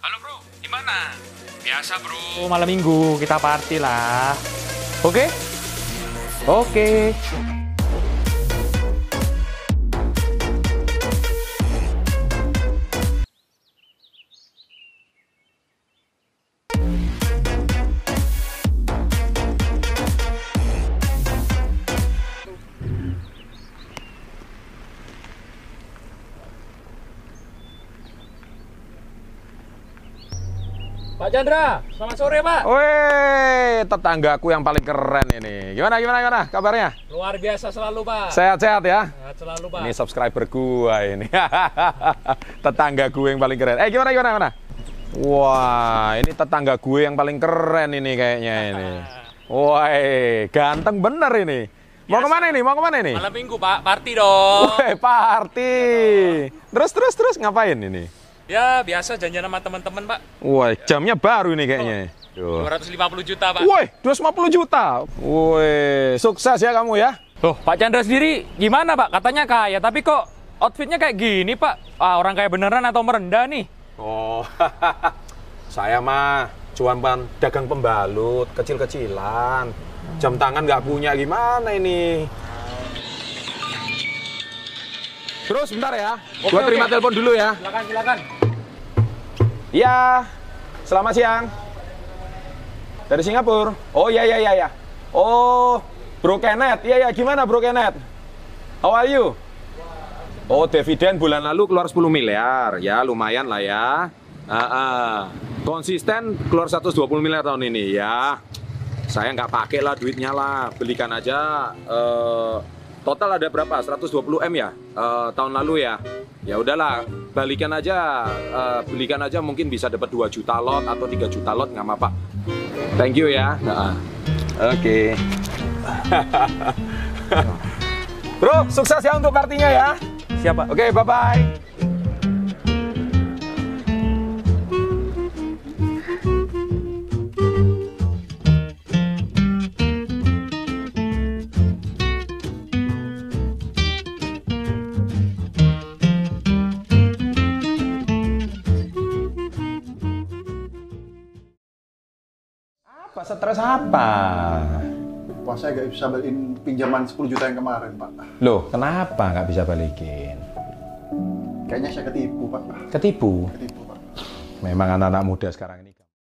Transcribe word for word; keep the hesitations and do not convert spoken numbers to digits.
Halo bro, gimana? Biasa bro. Oh, malam minggu kita party lah. Oke? Oke. Pak Chandra, selamat sore Pak. Wih, tetanggaku yang paling keren ini. Gimana, gimana, gimana kabarnya? Luar biasa selalu Pak. Sehat-sehat ya? Sehat selalu Pak. Ini subscriber gua ini. Tetangga gue yang paling keren. Eh, gimana, gimana, gimana? Wah, ini tetangga gue yang paling keren ini kayaknya ini. Wah, ganteng bener ini. Mau Biasa. kemana ini? Mau kemana ini? Malam minggu Pak, party dong. Wih, party. Terus, terus, terus ngapain ini? Ya biasa janjian sama teman-teman Pak. Wah, jamnya baru ini kayaknya. dua ratus lima puluh juta Pak. Woi, dua ratus lima puluh juta. Woi, sukses ya kamu ya. Loh, Pak Chandra sendiri gimana Pak? Katanya kaya, tapi kok outfitnya kayak gini Pak? Ah, orang kaya beneran atau merendah nih? Oh, saya mah cuman dagang pembalut, kecil-kecilan. Jam tangan nggak punya, gimana ini? Terus bentar ya, Oke, gua terima oke. telepon dulu ya. Silakan, silakan. Iya, selamat siang. Dari Singapura. Oh iya iya iya iya. Oh, Bro Kenneth. Iya iya, gimana Bro Kenneth? How are you? Oh, dividen bulan lalu keluar sepuluh miliar. Ya, lumayan lah ya. Ah, ah. Konsisten keluar seratus dua puluh miliar tahun ini ya. Saya nggak pakai lah duitnya lah. Belikan aja. Eh, total ada berapa? seratus dua puluh M ya? Eh, tahun lalu ya. Ya udahlah, balikan aja, eh, belikan aja mungkin bisa dapat dua juta lot atau tiga juta lot, nggak apa-apa. Thank you ya. Nah, oke. Bro, sukses ya untuk partinya ya. Siapa? Oke, bye-bye. Apa stres apa? Wah, saya nggak bisa balikin pinjaman sepuluh juta yang kemarin, Pak. Loh, kenapa nggak bisa balikin? Kayaknya saya ketipu, Pak. Ketipu. Ketipu, Pak. Memang anak-anak muda sekarang ini.